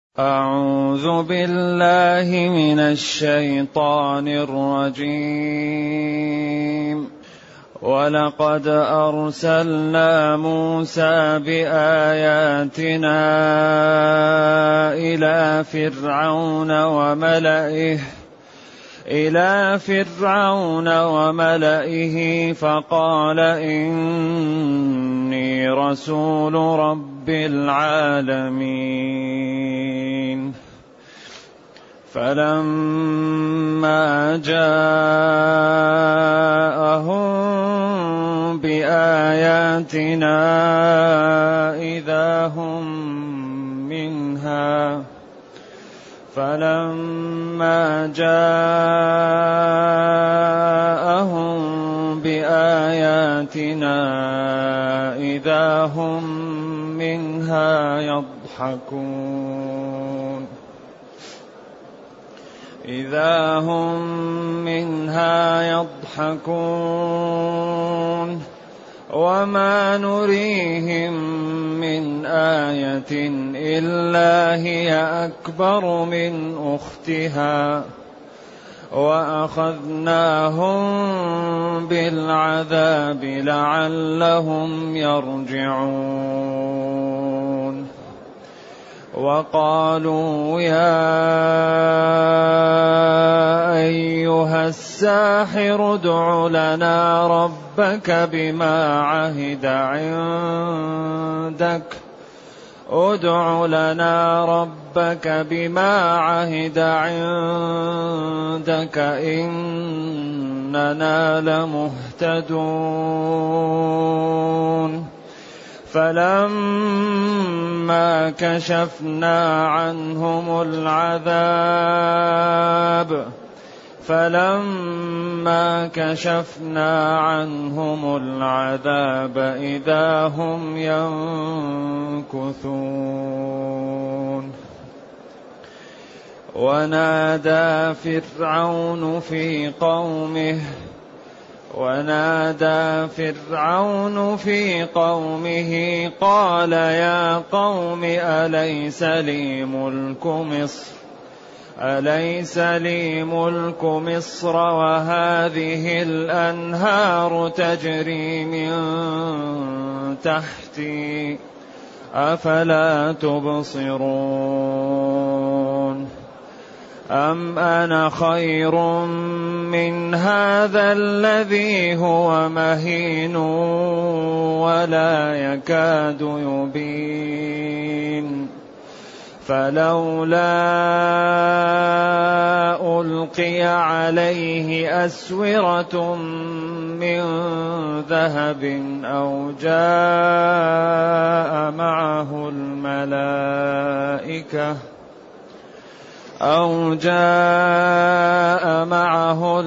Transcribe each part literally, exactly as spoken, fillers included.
أعوذ بالله من الشيطان الرجيم. ولقد أرسلنا موسى بآياتنا إلى فرعون وملئه إلى فرعون وملئه فقال إني رسول رب العالمين. فلما جاءهم بآياتنا إذا هم منها فلما جاءهم بآياتنا إذا هم منها يضحكون إذا هم منها يضحكون وما نريهم من آية إلا هي أكبر من أختها وأخذناهم بالعذاب لعلهم يرجعون. وقالوا يا أيها الساحر ادع لنا ربك بما عهد عندك ادع لنا ربك بما عهد عندك إننا لمهتدون. فلما كشفنا عنهم العذاب فلما كشفنا عنهم العذاب إذا هم ينكثون. ونادى فرعون في قومه ونادى فرعون في قومه قال يا قوم أليس لي ملك مصر أليس لي ملك مصر وهذه الأنهار تجري من تحتي أفلا تبصرون. أم أنا خير من هذا الذي هو مهين ولا يكاد يبين. فلولا ألقي عليه أسورة من ذهب أو جاء معه الملائكة أو جاء معه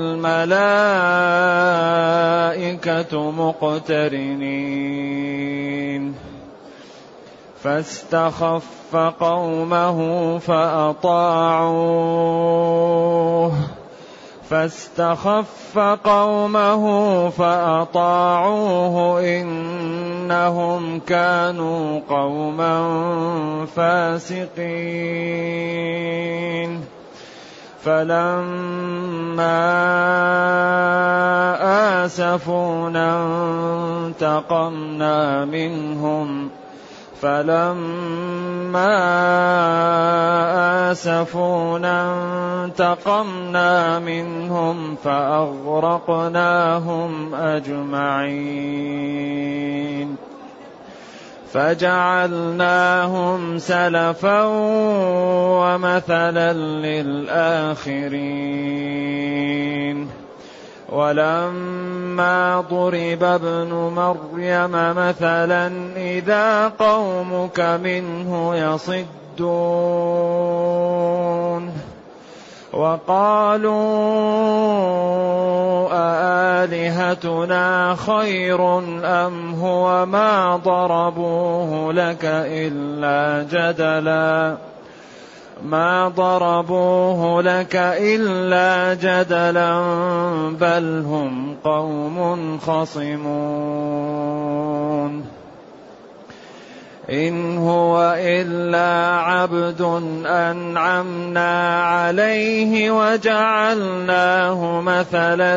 الملائكة مقترنين. فاستخف قومه فأطاعوه فاستخف قومه فأطاعوه إنهم كانوا قوما فاسقين. فلما آسفونا انتقمنا منهم فلما آسفونا انتقمنا منهم فأغرقناهم أجمعين. فجعلناهم سلفا ومثلا للآخرين. ولما ضرب ابن مريم مثلا إذا قومك منه يصدون. وقالوا أآلهتنا خير أم هو ما ضربوه لك إلا جدلا ما ضربوه لك إلا جدلا بل هم قوم خصمون. إن هو إلا عبد أنعمنا عليه وجعلناه مثلا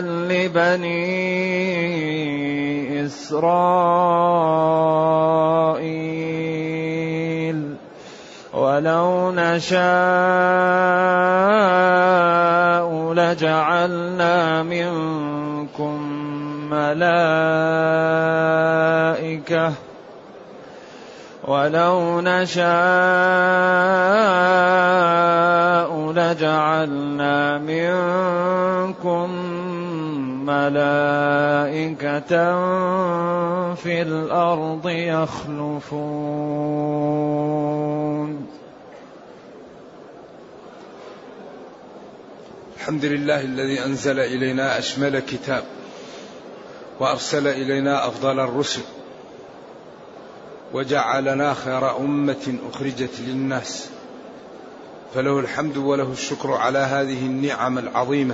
لبني إسرائيل ولو نشاء لجعلنا منكم ملائكة ولو نشاء لجعلنا منكم ملائكة في الأرض يخلفون. الحمد لله الذي أنزل إلينا أشمل كتاب وأرسل إلينا أفضل الرسل وجعلنا خير أمة أخرجت للناس، فله الحمد وله الشكر على هذه النعم العظيمة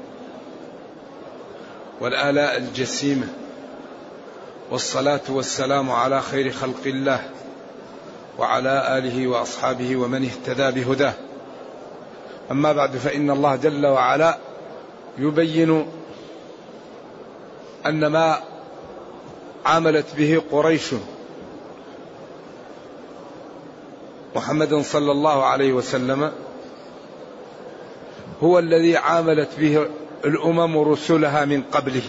والآلاء الجسيمة، والصلاة والسلام على خير خلق الله وعلى آله وأصحابه ومن اهتدى بهداه. أما بعد، فإن الله جل وعلا يبين أن ما عاملت به قريش محمد صلى الله عليه وسلم هو الذي عاملت به الأمم رسلها من قبله،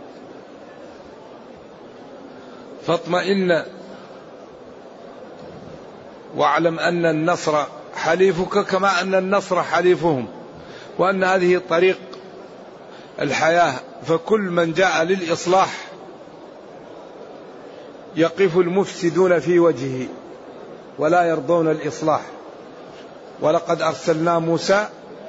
فاطمئن واعلم أن النصر حليفك كما أن النصر حليفهم، وأن هذه طريق الحياة، فكل من جاء للإصلاح يقف المفسدون في وجهه ولا يرضون الإصلاح. ولقد أرسلنا موسى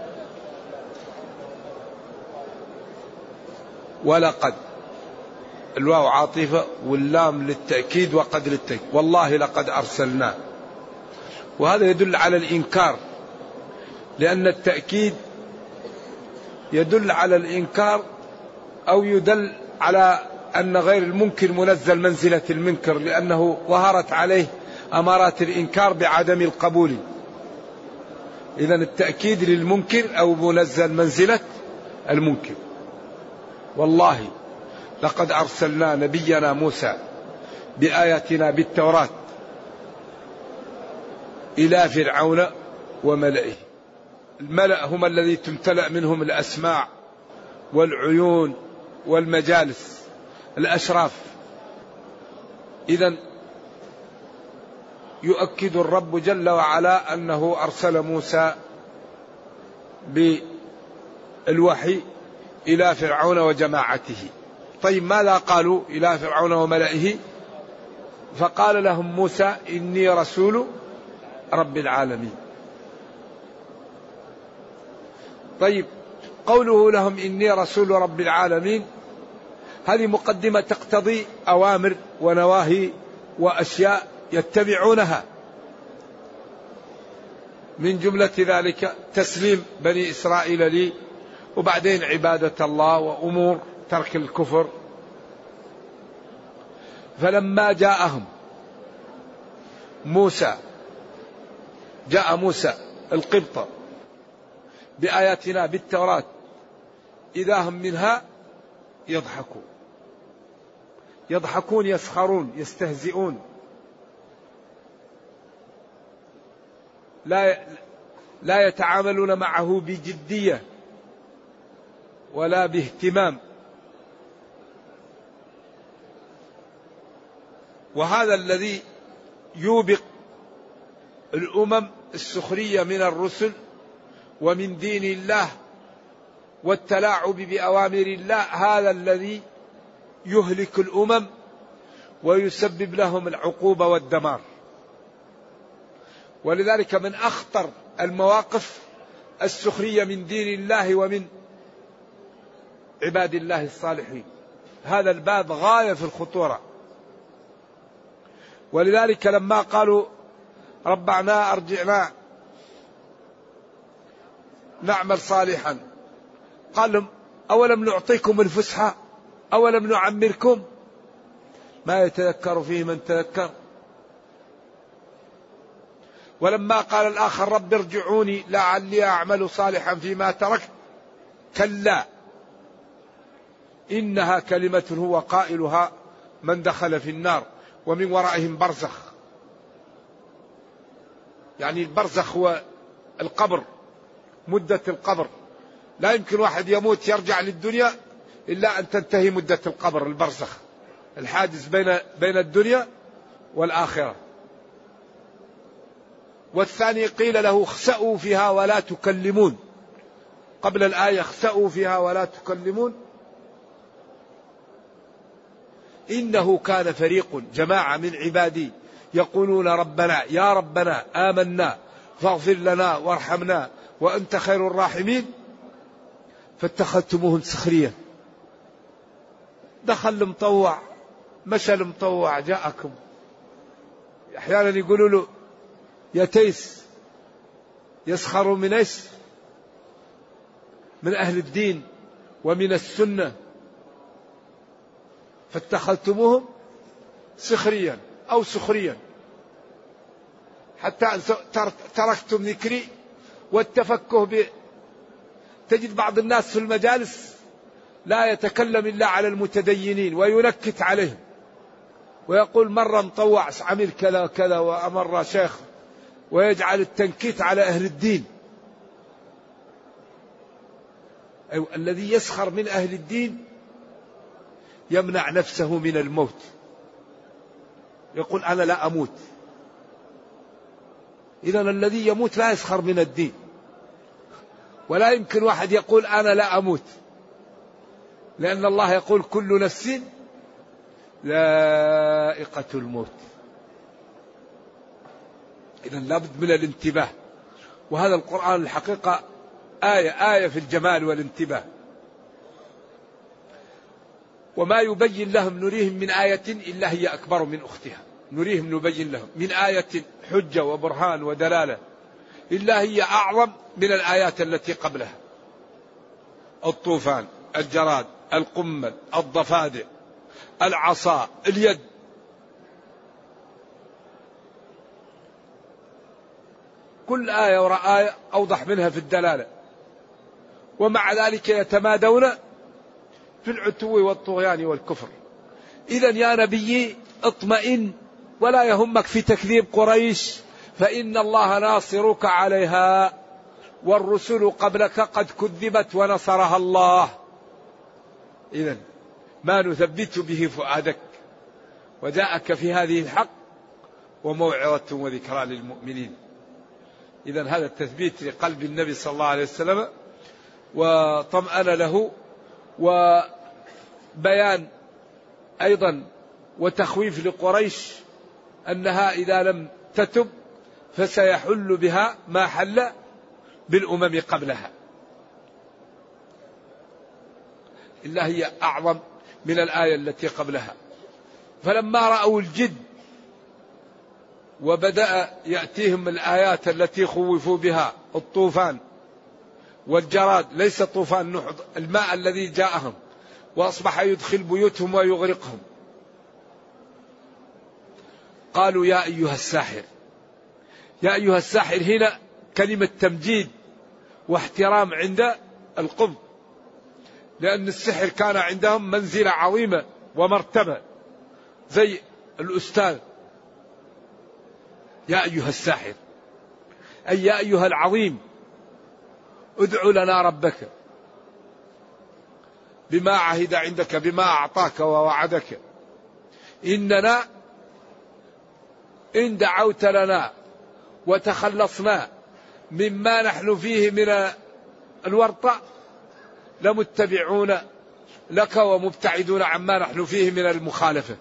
ولقد، الواو عاطفة واللام للتأكيد وقد للتأكيد، والله لقد أرسلنا، وهذا يدل على الإنكار، لأن التأكيد يدل على الإنكار أو يدل على أن غير المنكر منزل منزلة المنكر، لأنه ظهرت عليه أمارات الإنكار بعدم القبول. إذن التأكيد للمنكر أو منزل منزلة المنكر. والله لقد أرسلنا نبينا موسى بآياتنا بالتوراة إلى فرعون وملئه. الملأ هم الذي تمتلأ منهم الأسماع والعيون والمجالس، الأشراف. إذن يؤكد الرب جل وعلا أنه أرسل موسى بالوحي إلى فرعون وجماعته. طيب ماذا قالوا إلى فرعون وملئه؟ فقال لهم موسى إني رسول رب العالمين. طيب قوله لهم إني رسول رب العالمين هذه مقدمة تقتضي أوامر ونواهي وأشياء يتبعونها، من جملة ذلك تسليم بني إسرائيل لي، وبعدين عبادة الله وأمور ترك الكفر. فلما جاءهم موسى جاء موسى القبط بآياتنا بالتوراة إذا هم منها يضحكون يضحكون يسخرون يستهزئون، لا لا يتعاملون معه بجدية ولا باهتمام. وهذا الذي يوبق الأمم السخرية من الرسل ومن دين الله والتلاعب بأوامر الله، هذا الذي يهلك الأمم ويسبب لهم العقوبة والدمار. ولذلك من أخطر المواقف السخرية من دين الله ومن عباد الله الصالحين. هذا الباب غاية في الخطورة. ولذلك لما قالوا ربنا أرجعنا نعمل صالحا، قال لهم أولم نعطيكم الفسحة أولم نعمركم، ما يتذكر فيه من تذكر ولما قال الآخر رب ارجعوني لعلي أعمل صالحا فيما تركت كلا إنها كلمة هو قائلها من دخل في النار ومن ورائهم برزخ. يعني البرزخ هو القبر، مدة القبر. لا يمكن واحد يموت يرجع للدنيا إلا أن تنتهي مدة القبر، البرزخ الحاجز بين بين الدنيا والآخرة. والثاني قيل له اخسأوا فيها ولا تكلمون، قبل الآية اخسأوا فيها ولا تكلمون. إنه كان فريق جماعة من عبادي يقولون ربنا يا ربنا آمنا فاغفر لنا وارحمنا وأنت خير الراحمين فاتخذتموهم سخريا. دخل المطوع مشى المطوع جاءكم. أحيانا يقولوا له يا تيس، يسخروا من ايش؟ من أهل الدين ومن السنة. فاتخذتموهم سخريا أو سخريا حتى تركتم ذكري والتفكه ب. تجد بعض الناس في المجالس لا يتكلم إلا على المتدينين وينكت عليهم ويقول مرة مطوع عمل كذا كذا وأمر شيخ، ويجعل التنكيت على أهل الدين. أيوة، الذي يسخر من أهل الدين يمنع نفسه من الموت، يقول أنا لا أموت. إذن الذي يموت لا يسخر من الدين، ولا يمكن واحد يقول أنا لا أموت، لأن الله يقول كل نفس ذائقة الموت. إذن لابد من الانتباه. وهذا القرآن الحقيقة آية آية في الجمال والانتباه. وما يبين لهم نريهم من آية إلا هي أكبر من أختها. نريهم نبين لهم من آية حجة وبرهان ودلالة إلا هي أعظم من الآيات التي قبلها. الطوفان، الجراد، القمل، الضفادع، العصا، اليد. كل آية وراء آية أوضح منها في الدلالة، ومع ذلك يتمادون في العتو والطغيان والكفر. إذا يا نبي اطمئن ولا يهمك في تكذيب قريش، فإن الله ناصرك عليها والرسل قبلك قد كذبت ونصرها الله. إذا ما نثبت به فؤادك وجاءك في هذه الحق وموعظة وذكرى للمؤمنين. إذا هذا التثبيت لقلب النبي صلى الله عليه وسلم وطمأن له، وبيان أيضا وتخويف لقريش أنها إذا لم تتب فسيحل بها ما حل بالأمم قبلها. إلا هي أعظم من الآية التي قبلها. فلما رأوا الجد وبدأ يأتيهم الآيات التي خوفوا بها، الطوفان والجراد، ليس طوفان نوح، الماء الذي جاءهم وأصبح يدخل بيوتهم ويغرقهم، قالوا يا أيها الساحر. يا أيها الساحر هنا كلمة تمجيد واحترام عند القوم، لأن السحر كان عندهم منزلة عظيمة ومرتبة زي الأستاذ. يا أيها الساحر أي يا أيها العظيم ادع لنا ربك بما عهد عندك، بما أعطاك ووعدك، إننا إن دعوت لنا وتخلصنا مما نحن فيه من الورطة لمتبعون لك ومبتعدون عما نحن فيه من المخالفة.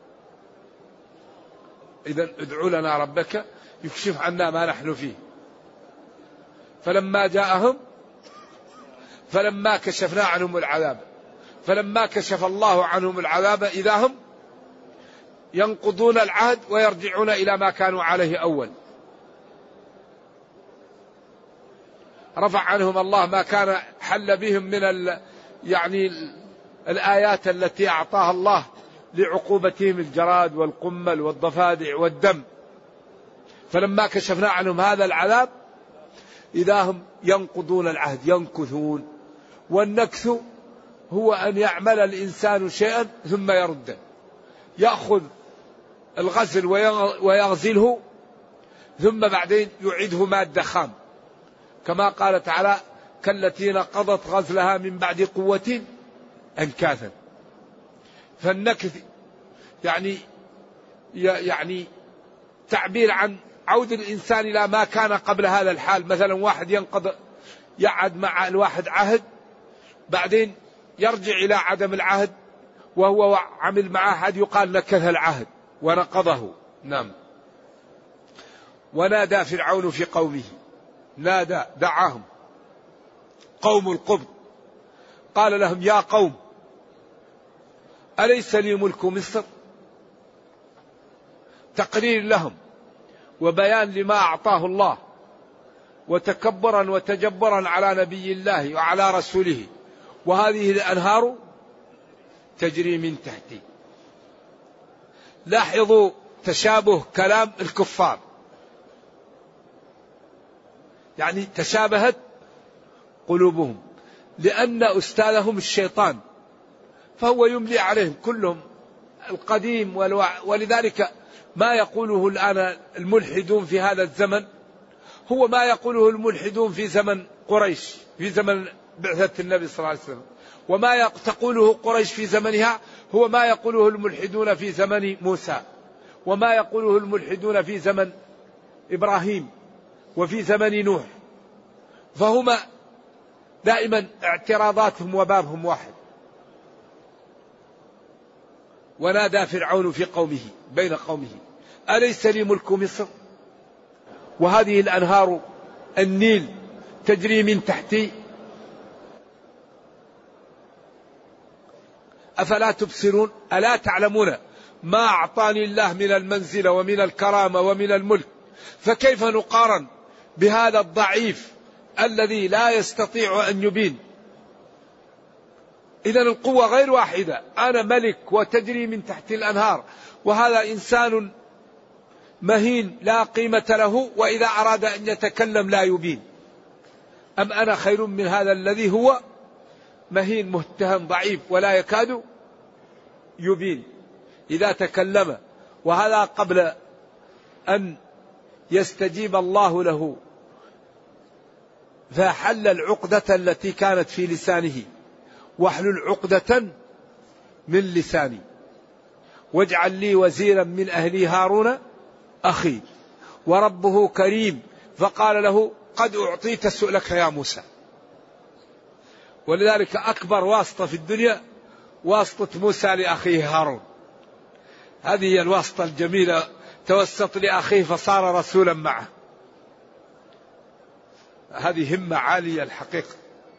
إذن ادعوا لنا ربك يكشف عنا ما نحن فيه. فلما جاءهم فلما كشفنا عنهم العذاب فلما كشف الله عنهم العذاب إذا هم ينقضون العهد ويرجعون إلى ما كانوا عليه أول. رفع عنهم الله ما كان حل بهم من ال يعني الآيات التي أعطاها الله لعقوبتهم، الجراد والقمل والضفادع والدم. فلما كشفنا عنهم هذا العذاب إذا هم ينقضون العهد، ينكثون. والنكث هو أن يعمل الإنسان شيئا ثم يرده، يأخذ الغزل ويغزله ثم بعدين يعيده مادة خام، كما قال تعالى كالتي نقضت غزلها من بعد قوة أنكاثا. فالنكث يعني يعني تعبير عن عود الإنسان إلى ما كان قبل هذا الحال. مثلا واحد ينقض يعد مع الواحد عهد، بعدين يرجع إلى عدم العهد وهو عمل معه عهد، يقال نكث العهد ونقضه. نعم. ونادى فرعون في قومه، نادى دعاهم قوم القبط، قال لهم يا قوم أليس لي ملك مصر؟ تقرير لهم وبيان لما أعطاه الله، وتكبرا وتجبرا على نبي الله وعلى رسوله. وهذه الأنهار تجري من تحتي. لاحظوا تشابه كلام الكفار، يعني تشابهت قلوبهم لأن أستاذهم الشيطان، فهو يملي عليهم كلهم القديم والوع... ولذلك ما يقوله الآن الملحدون في هذا الزمن هو ما يقوله الملحدون في زمن قريش، في زمن بعثة النبي صلى الله عليه وسلم. وما تقوله قريش في زمنها هو ما يقوله الملحدون في زمن موسى، وما يقوله الملحدون في زمن إبراهيم وفي زمن نوح. فهما دائما اعتراضاتهم وبابهم واحد. ونادى فرعون في قومه بين قومه أليس لي ملك مصر وهذه الأنهار النيل تجري من تحتي أفلا تبصرون؟ ألا تعلمون ما أعطاني الله من المنزلة ومن الكرامة ومن الملك، فكيف نقارن بهذا الضعيف الذي لا يستطيع أن يبين؟ إذا القوة غير واحدة، أنا ملك وتجري من تحت الأنهار، وهذا إنسان مهين لا قيمة له، وإذا أراد أن يتكلم لا يبين. أم أنا خير من هذا الذي هو مهين متهم ضعيف ولا يكاد يبين إذا تكلم. وهذا قبل أن يستجيب الله له، فحل العقدة التي كانت في لسانه، واحلل عقدة من لساني واجعل لي وزيرا من أهلي هارون أخي وربه كريم. فقال له قد أعطيت سؤلك يا موسى. ولذلك أكبر واسطة في الدنيا واسطة موسى لأخيه هارون، هذه هي الواسطة الجميلة، توسط لأخيه فصار رسولا معه. هذه همة عالية الحقيقة.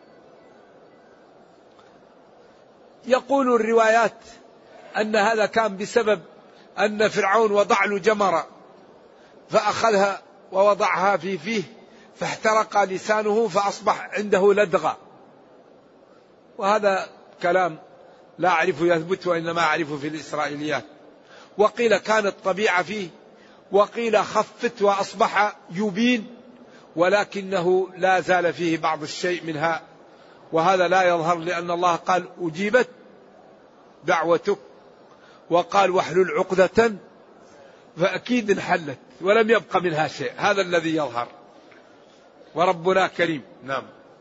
يقول الروايات أن هذا كان بسبب أن فرعون وضع له جمرة فأخذها ووضعها في فيه فاحترق لسانه فأصبح عنده لدغة، وهذا كلام لا أعرف يثبت وإنما أعرف في الإسرائيليات. وقيل كانت طبيعة فيه، وقيل خفت وأصبح يبين، ولكنه لا زال فيه بعض الشيء منها، وهذا لا يظهر لأن الله قال أجيبت دعوتك، وقال واحلل عقدة، فأكيد انحلت ولم يبق منها شيء. هذا الذي يظهر، وربنا كريم. نعم.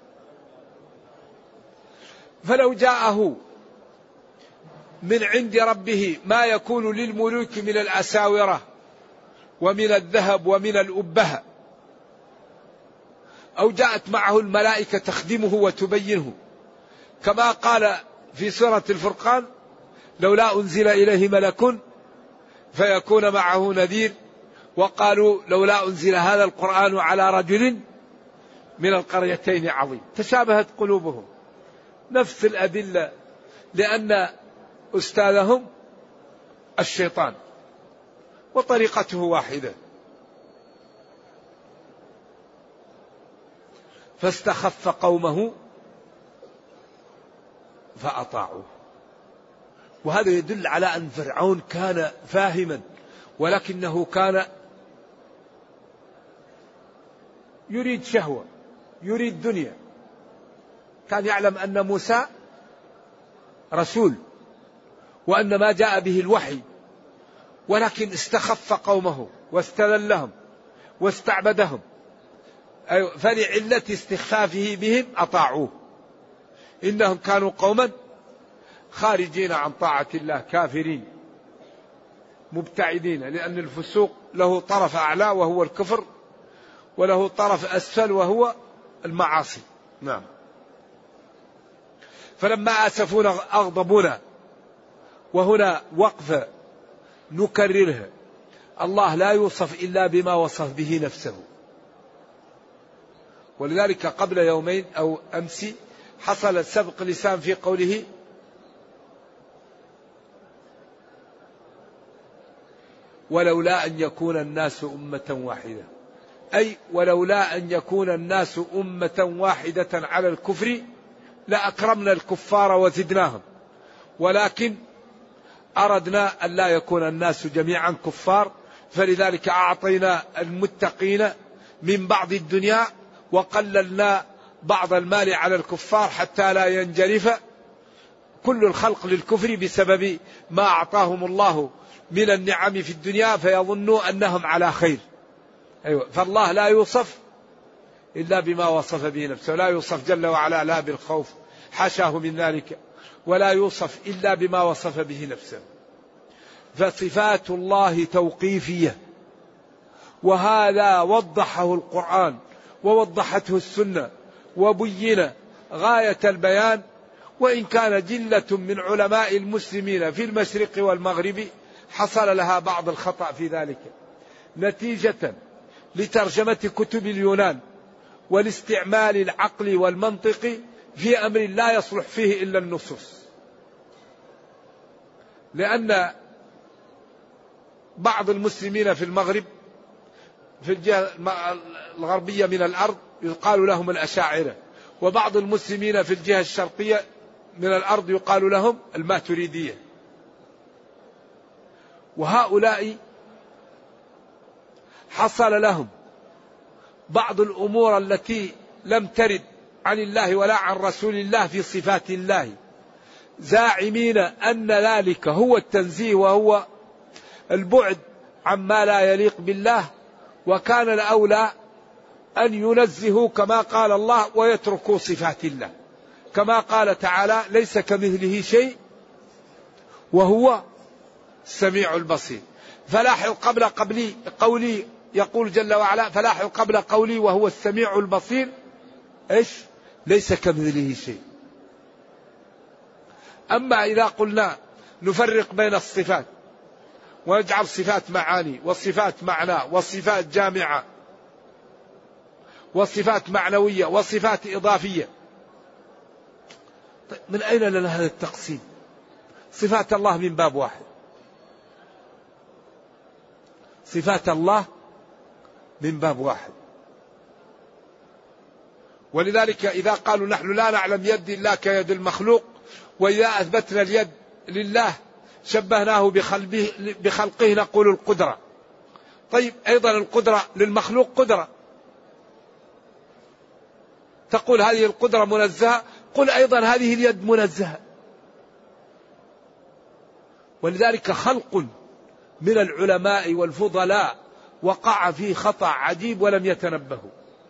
فلو جاءه من عند ربه ما يكون للملوك من الأساورة ومن الذهب ومن الأبهة، أو جاءت معه الملائكة تخدمه وتبينه، كما قال في سورة الفرقان لولا أنزل إليه ملك فيكون معه نذير، وقالوا لولا أنزل هذا القرآن على رجل من القريتين عظيم. تشابهت قلوبهم، نفس الأدلة، لأن أستاذهم الشيطان وطريقته واحدة. فاستخف قومه فأطاعوه. وهذا يدل على أن فرعون كان فاهما، ولكنه كان يريد شهوة، يريد دنيا. كان يعلم أن موسى رسول وأن ما جاء به الوحي، ولكن استخف قومه واستذلهم واستعبدهم، فلعلة استخفافه بهم أطاعوه. إنهم كانوا قوما خارجين عن طاعة الله، كافرين مبتعدين، لأن الفسوق له طرف أعلى وهو الكفر، وله طرف أسفل وهو المعاصي. نعم. فلما آسفونا أغضبونا، وهنا وقفة نكررها، الله لا يوصف إلا بما وصف به نفسه. ولذلك قبل يومين أو أمس حصل سبق لسان في قوله ولولا أن يكون الناس أمة واحدة، أي ولولا أن يكون الناس أمة واحدة على الكفر لأكرمنا الكفار وزدناهم، ولكن أردنا أن لا يكون الناس جميعا كفار، فلذلك أعطينا المتقين من بعض الدنيا وقللنا بعض المال على الكفار حتى لا ينجرف كل الخلق للكفر بسبب ما أعطاهم الله من النعم في الدنيا فيظنوا أنهم على خير. أيوة. فالله لا يوصف إلا بما وصف به نفسه، لا يوصف جل وعلا لا بالخوف، حاشاه من ذلك، ولا يوصف إلا بما وصف به نفسه. فصفات الله توقيفية، وهذا وضحه القرآن ووضحته السنة وبين غاية البيان، وإن كان جلة من علماء المسلمين في المشرق والمغرب حصل لها بعض الخطأ في ذلك نتيجة لترجمة كتب اليونان والاستعمال العقلي والمنطقي في أمر لا يصلح فيه إلا النصوص. لأن بعض المسلمين في المغرب في الجهة الغربية من الأرض يقال لهم الأشاعرة، وبعض المسلمين في الجهة الشرقية من الأرض يقال لهم الماتريدية. وهؤلاء حصل لهم بعض الأمور التي لم ترد عن الله ولا عن رسول الله في صفات الله، زاعمين أن ذلك هو التنزيه وهو البعد عما لا يليق بالله، وكان الأولى أن ينزهوا كما قال الله ويتركوا صفات الله، كما قال تعالى ليس كمثله شيء وهو السميع البصير. فلاحظ قبل قبلي قولي يقول جل وعلا فلاحظ قبل قولي وهو السميع البصير إيش؟ ليس كمثله شيء. أما إذا قلنا نفرق بين الصفات ونجعل صفات معاني وصفات معنى وصفات جامعة وصفات معنوية وصفات إضافية، من أين لنا هذا التقسيم؟ صفات الله من باب واحد، صفات الله من باب واحد. ولذلك إذا قالوا نحن لا نعلم يد الله كيد المخلوق، وإذا أثبتنا اليد لله شبهناه بخلقه نقول القدرة. طيب أيضا القدرة للمخلوق قدرة، تقول هذه القدرة منزهة، قل أيضا هذه اليد منزهة. ولذلك خلق من العلماء والفضلاء وقع فيه خطأ عجيب ولم يتنبهوا.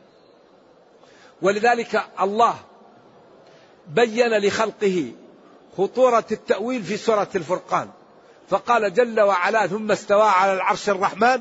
ولذلك الله بين لخلقه خطورة التأويل في سورة الفرقان، فقال جل وعلا ثم استوى على العرش الرحمن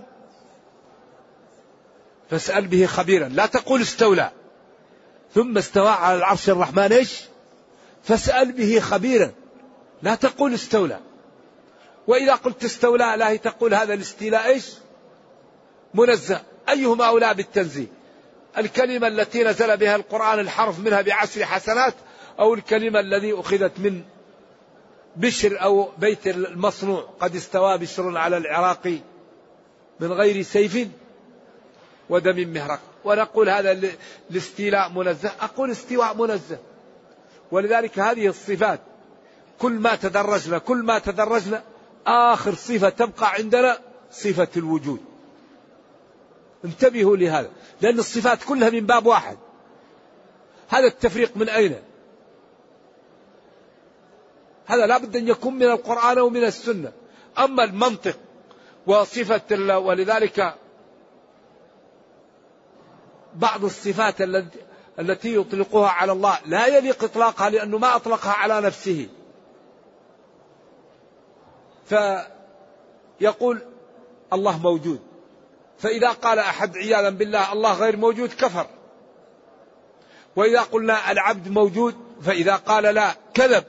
فاسأل به خبيرا. لا تقول استولى، ثم استوى على العرش الرحمن ايش؟ فاسأل به خبيرا، لا تقول استولى. وإذا قلت استولى لا تقول هذا الاستيلاء ايش؟ منزه. أيهما أولى بالتنزيه؟ الكلمة التي نزل بها القرآن الحرف منها بعشر حسنات، أو الكلمة الذي أخذت من بشر أو بيت المصنوع قد استوى بشر على العراق من غير سيف ودم مهرق، ونقول هذا الاستيلاء منزه، أقول استواء منزه. ولذلك هذه الصفات كل ما تدرجنا كل ما تدرجنا آخر صفة تبقى عندنا صفة الوجود. انتبهوا لهذا، لأن الصفات كلها من باب واحد. هذا التفريق من أين؟ هذا لا بد أن يكون من القرآن ومن السنة. أما المنطق وصفة، ولذلك بعض الصفات التي يطلقها على الله لا يليق إطلاقها لأنه ما أطلقها على نفسه. فيقول الله موجود، فإذا قال أحد عياذا بالله الله غير موجود كفر. وإذا قلنا العبد موجود فإذا قال لا كذب.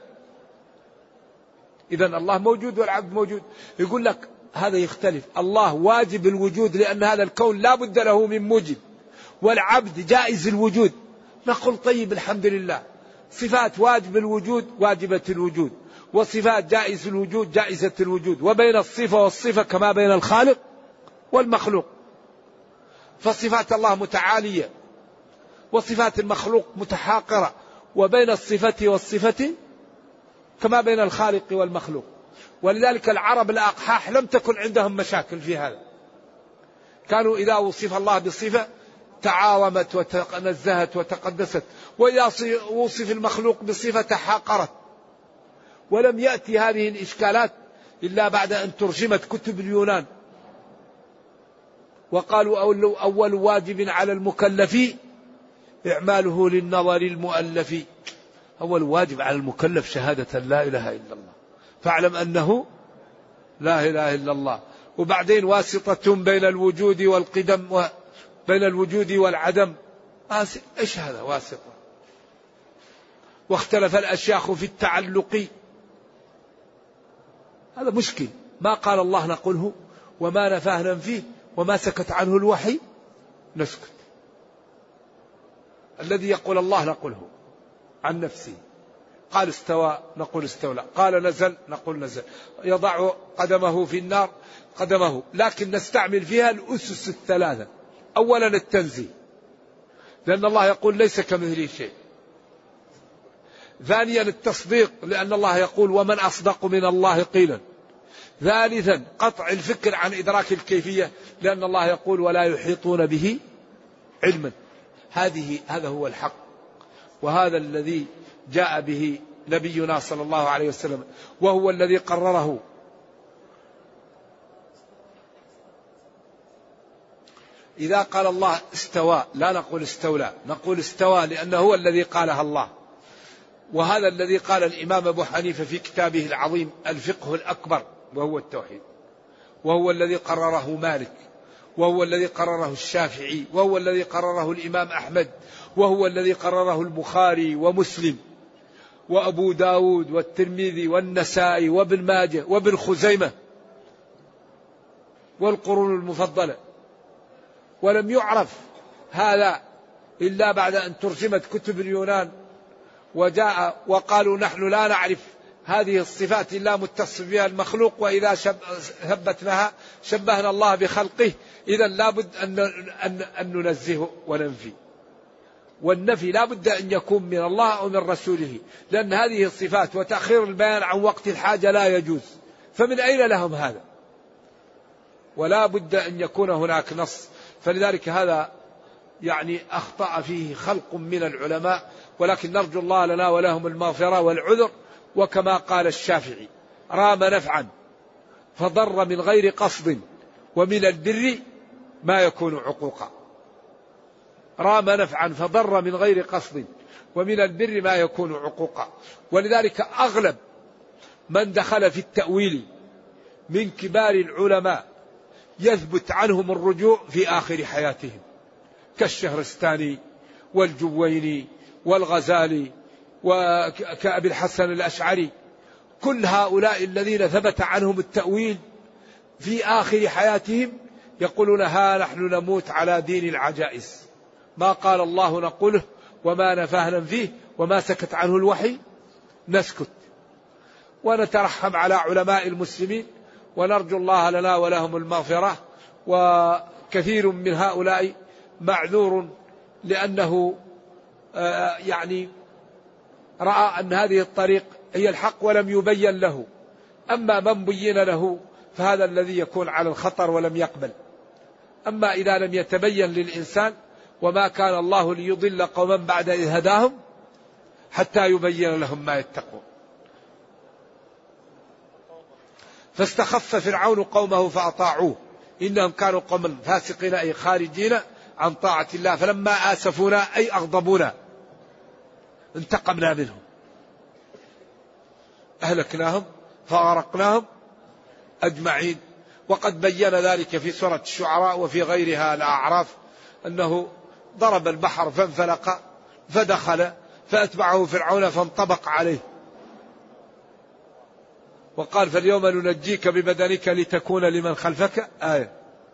إذن الله موجود والعبد موجود. يقول لك هذا يختلف، الله واجب الوجود لأن هذا الكون لا بد له من موجب، والعبد جائز الوجود. نقول طيب الحمد لله، صفات واجب الوجود واجبة الوجود، وصفات جائز الوجود جائزة الوجود، وبين الصفة والصفة كما بين الخالق والمخلوق. فصفات الله متعالية وصفات المخلوق متحاقرة، وبين الصفة والصفة كما بين الخالق والمخلوق. ولذلك العرب الأقحاح لم تكن عندهم مشاكل في هذا، كانوا إذا وصف الله بصفة تعاومت وتنزهت وتقدست، وإذا وصف المخلوق بصفة تحاقرت. ولم يأتي هذه الإشكالات إلا بعد أن ترجمت كتب اليونان، وقالوا أول واجب على المكلف إعماله للنظر المؤلف. أول واجب على المكلف شهادة لا إله إلا الله، فاعلم أنه لا إله إلا الله. وبعدين واسطة بين الوجود والقدم وبين الوجود والعدم. إيش هذا واسطة؟ واختلف الأشياخ في التعلق. هذا مشكل. ما قال الله نقوله، وما نفاه ننفيه، وما سكت عنه الوحي نسكت. الذي يقول الله نقوله عن نفسه، قال استوى نقول استولى، قال نزل نقول نزل، يضع قدمه في النار قدمه. لكن نستعمل فيها الأسس الثلاثة. أولا التنزيه، لأن الله يقول ليس كمثله شيء. ثانيا التصديق، لأن الله يقول ومن أصدق من الله قيلا. ثالثا قطع الفكر عن إدراك الكيفية، لأن الله يقول ولا يحيطون به علما. هذه هذا هو الحق، وهذا الذي جاء به نبينا صلى الله عليه وسلم، وهو الذي قرره. إذا قال الله استوى لا نقول استولى، نقول استوى لأنه هو الذي قالها الله. وهذا الذي قال الإمام أبو حنيفة في كتابه العظيم الفقه الأكبر، وهو التوحيد، وهو الذي قرره مالك، وهو الذي قرره الشافعي، وهو الذي قرره الإمام أحمد، وهو الذي قرره البخاري ومسلم وأبو داود والترمذي والنسائي وابن ماجه وابن خزيمة والقرون المفضلة. ولم يعرف هذا إلا بعد أن ترجمت كتب اليونان، وجاء وقالوا نحن لا نعرف هذه الصفات إلا متصف بها المخلوق، وإذا ثبتناها شبهنا الله بخلقه. إذا لابد أن, أن, أن ننزه وننفي. والنفي لابد أن يكون من الله أو من رسوله، لأن هذه الصفات وتأخير البيان عن وقت الحاجة لا يجوز. فمن أين لهم هذا؟ ولا بد أن يكون هناك نص. فلذلك هذا يعني أخطأ فيه خلق من العلماء، ولكن نرجو الله لنا ولهم المغفرة والعذر. وكما قال الشافعي رام نفعا فضر من غير قصد، ومن البر ما يكون عقوقا. رام نفعا فضر من غير قصد، ومن البر ما يكون عقوقا. ولذلك أغلب من دخل في التأويل من كبار العلماء يثبت عنهم الرجوع في آخر حياتهم، كالشهرستاني والجويني والغزالي وكأبي الحسن الأشعري. كل هؤلاء الذين ثبت عنهم التأويل في آخر حياتهم يقولون ها نحن نموت على دين العجائز، ما قال الله نقوله، وما نفاه ننفيه، وما سكت عنه الوحي نسكت. ونترحم على علماء المسلمين، ونرجو الله لنا ولهم المغفرة. وكثير من هؤلاء معذور لأنه يعني رأى أن هذه الطريق هي الحق ولم يبين له. أما من بين له فهذا الذي يكون على الخطر ولم يقبل. أما إذا لم يتبين للإنسان وما كان الله ليضل قوما بعد إذ هداهم حتى يبين لهم ما يتقون. فاستخف فرعون قومه فأطاعوه إنهم كانوا قوما فاسقين أي خارجين عن طاعة الله فلما آسفونا أي أغضبونا انتقمنا منهم أهلكناهم فأغرقناهم أجمعين. وقد بين ذلك في سورة الشعراء وفي غيرها الأعراف أنه ضرب البحر فانفلق فدخل فأتبعه فرعون فانطبق عليه وقال فاليوم ننجيك ببدنك لتكون لمن خلفك آية.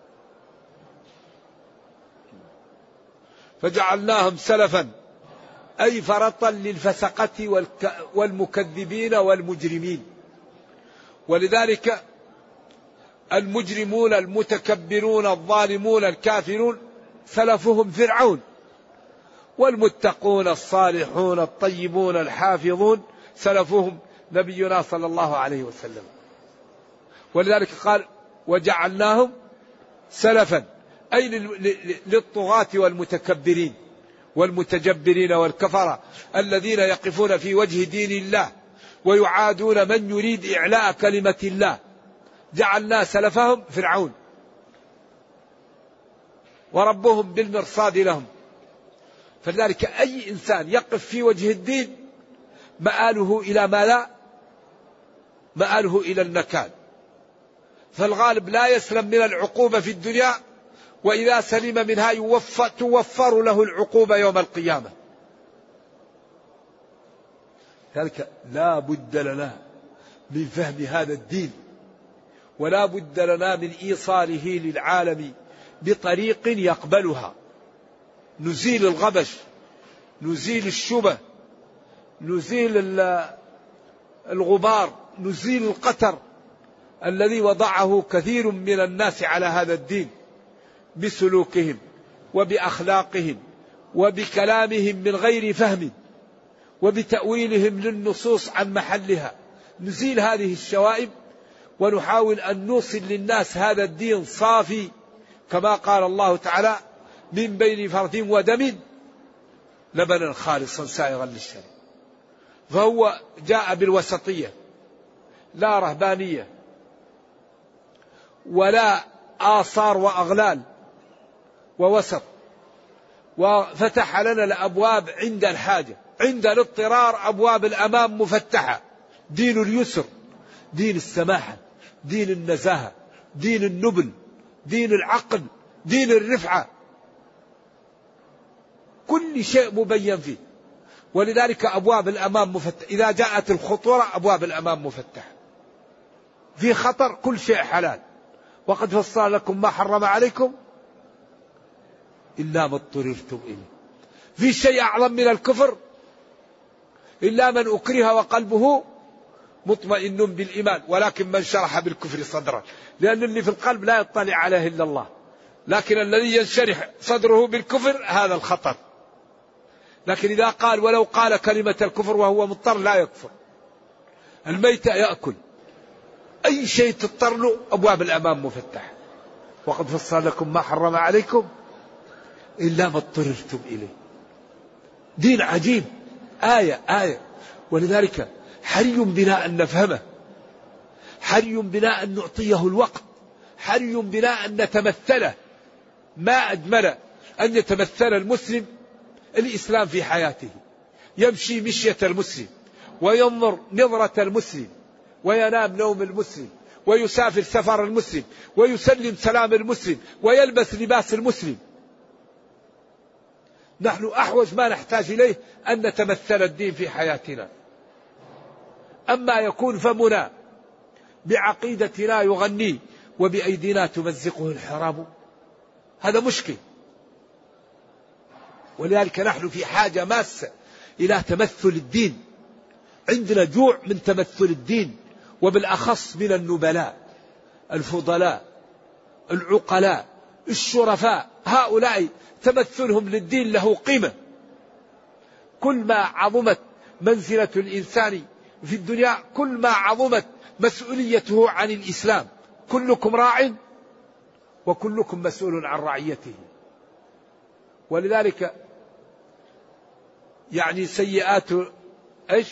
فجعلناهم سلفا أي فرطا للفسقة والمكذبين والمجرمين. ولذلك المجرمون المتكبرون الظالمون الكافرون سلفهم فرعون، والمتقون الصالحون الطيبون الحافظون سلفهم نبينا صلى الله عليه وسلم. ولذلك قال وجعلناهم سلفا أي للطغاة والمتكبرين والمتجبرين والكفرة الذين يقفون في وجه دين الله ويعادون من يريد إعلاء كلمة الله. جعلنا سلفهم فرعون وربهم بالمرصاد لهم. فلذلك أي إنسان يقف في وجه الدين مآله إلى ما لا مآله إلى النكال. فالغالب لا يسلم من العقوبة في الدنيا، وإذا سلم منها يوفر توفر له العقوبة يوم القيامة. ذلك لا بد لنا من فهم هذا الدين، ولا بد لنا من إيصاله للعالم بطريق يقبلها. نزيل الغبش، نزيل الشبه، نزيل الغبار، نزيل القتر الذي وضعه كثير من الناس على هذا الدين بسلوكهم وبأخلاقهم وبكلامهم من غير فهم وبتأويلهم للنصوص عن محلها. نزيل هذه الشوائب ونحاول أن نوصل للناس هذا الدين صافي كما قال الله تعالى من بين فرث ودم لبنا خالصا سائغا للشرب. فهو جاء بالوسطية، لا رهبانية ولا آثار وأغلال، ووسط. وفتح لنا الأبواب عند الحاجة، عند الاضطرار أبواب الأمام مفتحة. دين اليسر، دين السماحة، دين النزاهة، دين النبل، دين العقل، دين الرفعة، كل شيء مبين فيه. ولذلك أبواب الأمام مفتحة، إذا جاءت الخطورة أبواب الأمام مفتحة. في خطر كل شيء حلال. وقد فصل لكم ما حرم عليكم إلا ما اضطررتم إليه. في شيء أعظم من الكفر إلا من أكره وقلبه مطمئن بالإيمان، ولكن من شرح بالكفر صدرا، لأن اللي في القلب لا يطلع عليه إلا الله. لكن الذي ينشرح صدره بالكفر هذا الخطر. لكن إذا قال ولو قال كلمة الكفر وهو مضطر لا يكفر. الميت يأكل، أي شيء تضطر له أبواب الأمام مفتحة. وقد فصل لكم ما حرم عليكم إلا ما اضطررتم إليه. دين عجيب، آية آية. ولذلك حري بنا أن نفهمه، حري بنا أن نعطيه الوقت، حري بنا أن نتمثله. ما أجمل أن يتمثل المسلم الإسلام في حياته، يمشي مشية المسلم، وينظر نظرة المسلم، وينام نوم المسلم، ويسافر سفر المسلم، ويسلم سلام المسلم، ويلبس لباس المسلم. نحن أحوج ما نحتاج إليه أن نتمثل الدين في حياتنا. أما يكون فمنا بعقيدتنا يغني وبأيدينا تمزقه الحراب، هذا مشكل. ولذلك نحن في حاجة ماسة إلى تمثل الدين. عندنا جوع من تمثل الدين، وبالأخص من النبلاء الفضلاء العقلاء الشرفاء. هؤلاء تمثلهم للدين له قيمة. كل ما عظمت منزلة الإنسان في الدنيا كل ما عظمت مسؤوليته عن الإسلام. كلكم راع وكلكم مسؤول عن رعيته. ولذلك يعني سيئات ايش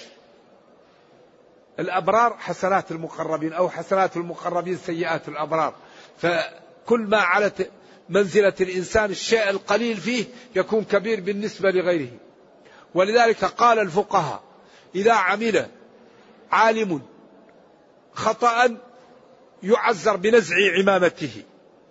الأبرار حسنات المقربين، أو حسنات المقربين سيئات الأبرار. فكل ما علت منزلة الإنسان الشيء القليل فيه يكون كبير بالنسبة لغيره. ولذلك قال الفقهاء إذا عمل عالم خطأ يعذر بنزع عمامته.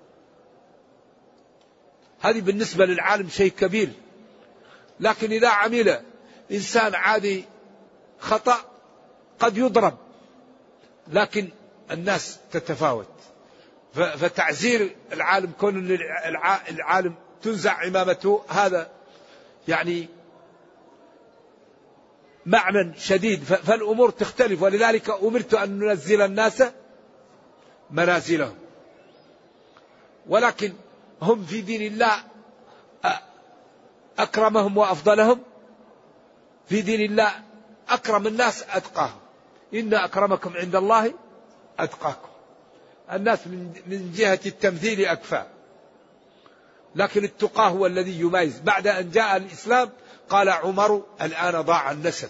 هذه بالنسبة للعالم شيء كبير. لكن إذا عمل إنسان عادي خطأ قد يضرب، لكن الناس تتفاوت. فتعزير العالم كون العالم تنزع عمامته هذا يعني معنى شديد. فالأمور تختلف. ولذلك أمرت أن ننزل الناس منازلهم. ولكن هم في دين الله أكرمهم وأفضلهم. في دين الله أكرم الناس أتقاهم. إن أكرمكم عند الله أتقاكم. الناس من جهة التمثيل أكفى، لكن التقى هو الذي يميز. بعد أن جاء الإسلام قال عمر الآن ضاع النسب.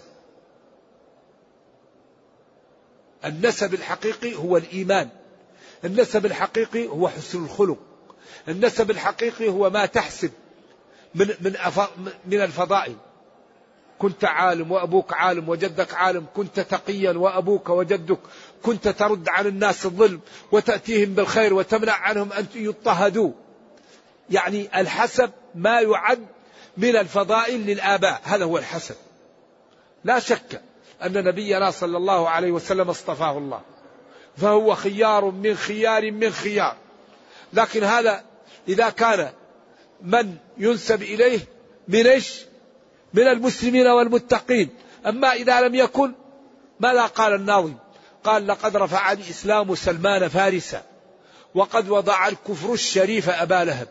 النسب الحقيقي هو الإيمان، النسب الحقيقي هو حسن الخلق، النسب الحقيقي هو ما تحسب من من من الفضائل. كنت عالم وأبوك عالم وجدك عالم، كنت تقيا وأبوك وجدك، كنت ترد عن الناس الظلم وتأتيهم بالخير وتمنع عنهم أن يضطهدوا. يعني الحسب ما يعد من الفضائل للآباء، هذا هو الحسب. لا شك أن نبينا صلى الله عليه وسلم اصطفاه الله، فهو خيار من خيار من خيار. لكن هذا إذا كان من ينسب إليه من إيش؟ من المسلمين والمتقين. أما إذا لم يكن، ماذا قال الناظم؟ قال لقد رفع الإسلام سلمان فارسا وقد وضع الكفر الشريف أبا لهب.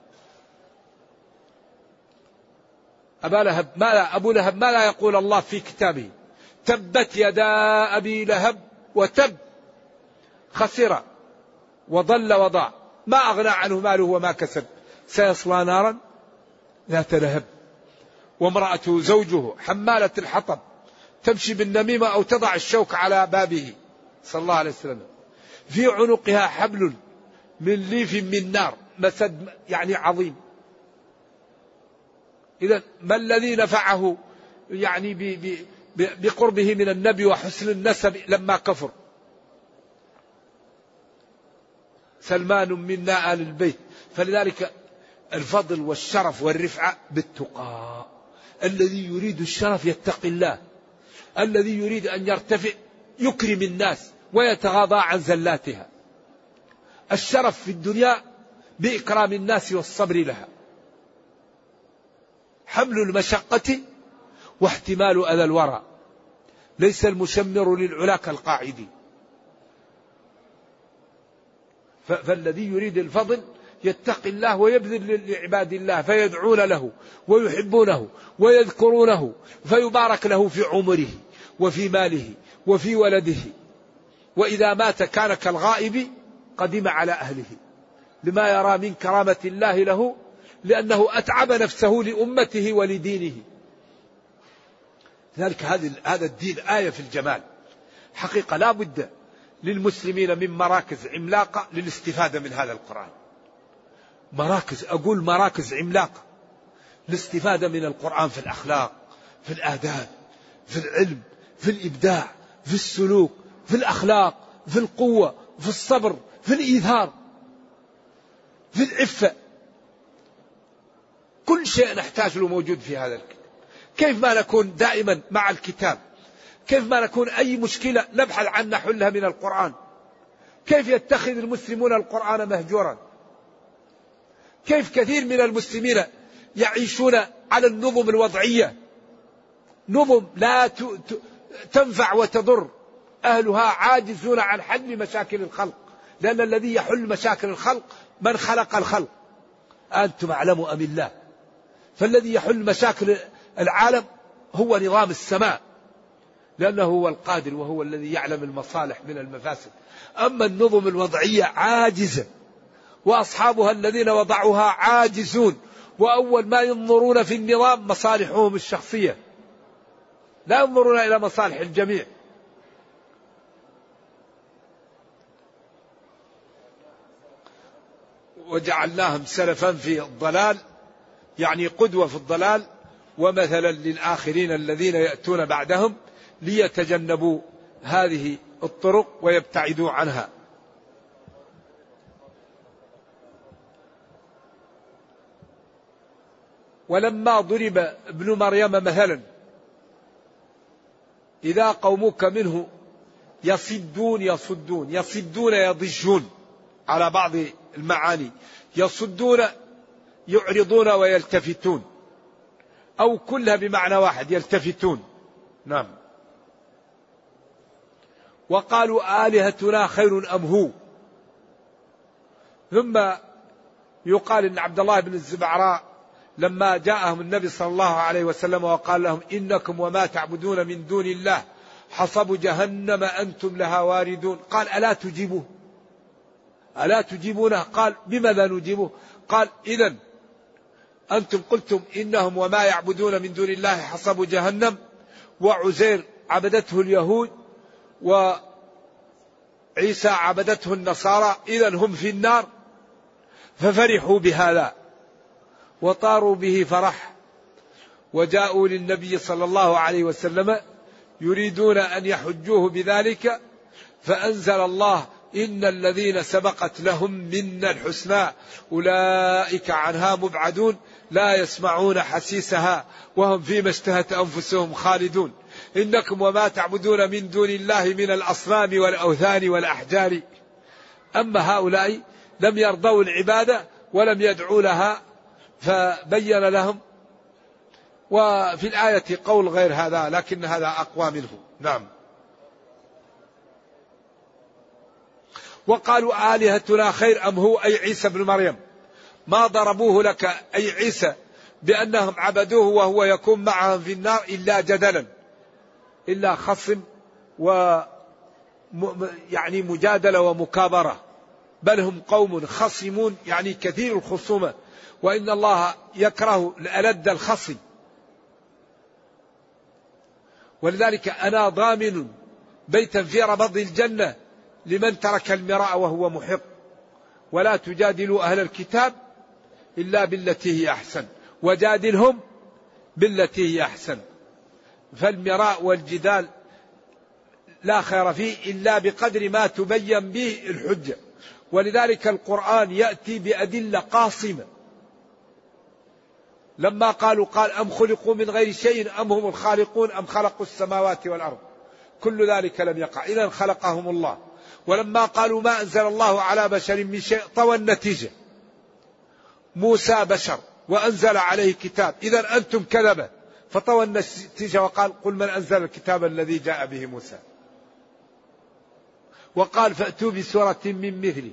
أبا لهب ماذا أبو لهب ماذا يقول الله في كتابه؟ تبت يدا أبي لهب وتب، خسر وضل وضاع، ما أغنى عنه ماله وما كسب، سيصلى نارا ذات لهب وامرأته زوجه حمالة الحطب تمشي بالنميمة أو تضع الشوك على بابه صلى الله عليه وسلم، في عنقها حبل من ليف من نار، مسد يعني عظيم. إذا ما الذي نفعه يعني بقربه من النبي وحسن النسب لما كفر؟ سلمان منا آل البيت. فلذلك الفضل والشرف والرفعة بالتقى. الذي يريد الشرف يتقي الله، الذي يريد أن يرتفع يكرم الناس ويتغاضى عن زلاتها. الشرف في الدنيا بإكرام الناس والصبر لها، حمل المشقة واحتمال أذى الورى، ليس المشمر للعلا كالقاعد. فالذي يريد الفضل يتقي الله ويبذل لعباد الله فيدعون له ويحبونه ويذكرونه، فيبارك له في عمره وفي ماله وفي ولده. وإذا مات كان كالغائب قدم على أهله، لما يرى من كرامة الله له، لأنه أتعب نفسه لأمته ولدينه. لذلك هذا الدين آية في الجمال حقيقة. لا بد للمسلمين من مراكز عملاقة للاستفادة من هذا القرآن. مراكز، أقول مراكز عملاقة للاستفادة من القرآن في الأخلاق، في الآداب، في العلم، في الإبداع، في السلوك، في الأخلاق، في القوة، في الصبر، في الإيثار، في العفة. كل شيء نحتاج له موجود في هذا الكتاب. كيف ما نكون دائما مع الكتاب، كيف ما نكون أي مشكلة نبحث عن حلها من القرآن. كيف يتخذ المسلمون القرآن مهجورا، كيف كثير من المسلمين يعيشون على النظم الوضعية، نظم لا تنفع وتضر، أهلها عاجزون عن حل مشاكل الخلق، لأن الذي يحل مشاكل الخلق من خلق الخلق. أنتم أعلموا أم الله؟ فالذي يحل مشاكل العالم هو نظام السماء، لأنه هو القادر وهو الذي يعلم المصالح من المفاسد. أما النظم الوضعية عاجزة وأصحابها الذين وضعوها عاجزون، وأول ما ينظرون في النظام مصالحهم الشخصية، لا ينظرون إلى مصالح الجميع. وجعلناهم سلفا في الضلال، يعني قدوة في الضلال، ومثلا للآخرين الذين يأتون بعدهم ليتجنبوا هذه الطرق ويبتعدوا عنها. ولما ضرب ابن مريم مثلا إذا قومك منه يصدون يصدون يصدون يضجون على بعض المعاني، يصدون يعرضون ويلتفتون، أو كلها بمعنى واحد يلتفتون. نعم. وقالوا آلهتنا خير أم هو. ثم يقال إن عبد الله بن الزبعراء لما جاءهم النبي صلى الله عليه وسلم وقال لهم إنكم وما تعبدون من دون الله حصب جهنم أنتم لها واردون، قال ألا تجيبوه ألا تجيبونه؟ قال بماذا نجيبه؟ قال إذن أنتم قلتم إنهم وما يعبدون من دون الله حصب جهنم، وعزير عبدته اليهود وعيسى عبدته النصارى، إذن هم في النار. ففرحوا بهذا وطاروا به فرح، وجاءوا للنبي صلى الله عليه وسلم يريدون أن يحجوه بذلك، فأنزل الله إن الذين سبقت لهم منا الحسنى أولئك عنها مبعدون لا يسمعون حسيسها وهم فيما اشتهت أنفسهم خالدون. إنكم وما تعبدون من دون الله من الأصنام والأوثان والأحجار. أما هؤلاء لم يرضوا العبادة ولم يدعوا لها، فبين لهم. وفي الآية قول غير هذا لكن هذا أقوى منه. نعم. وقالوا آلهتنا خير أم هو، أي عيسى بن مريم. ما ضربوه لك أي عيسى بأنهم عبدوه وهو يكون معهم في النار إلا جدلا، إلا خصم و يعني مجادلة ومكابرة، بل هم قوم خصمون يعني كثير الخصومة، وإن الله يكره ألد الخصم. ولذلك أنا ضامن بيتا في ربض الجنة لمن ترك المراء وهو محق، ولا تجادلوا أهل الكتاب إلا بالتي هي أحسن وجادلهم بالتي هي أحسن. فالمراء والجدال لا خير فيه إلا بقدر ما تبين به الحجة. ولذلك القرآن يأتي بأدلة قاصمة. لما قالوا قال أم خلقوا من غير شيء أم هم الخالقون أم خلقوا السماوات والأرض، كل ذلك لم يقع، إذن خلقهم الله. ولما قالوا ما أنزل الله على بشر من شيء طوى النتيجة، موسى بشر وأنزل عليه كتاب، إذن أنتم كذبة، فطوى النتيجة وقال قل من أنزل الكتاب الذي جاء به موسى. وقال فأتوا بسورة من مثله.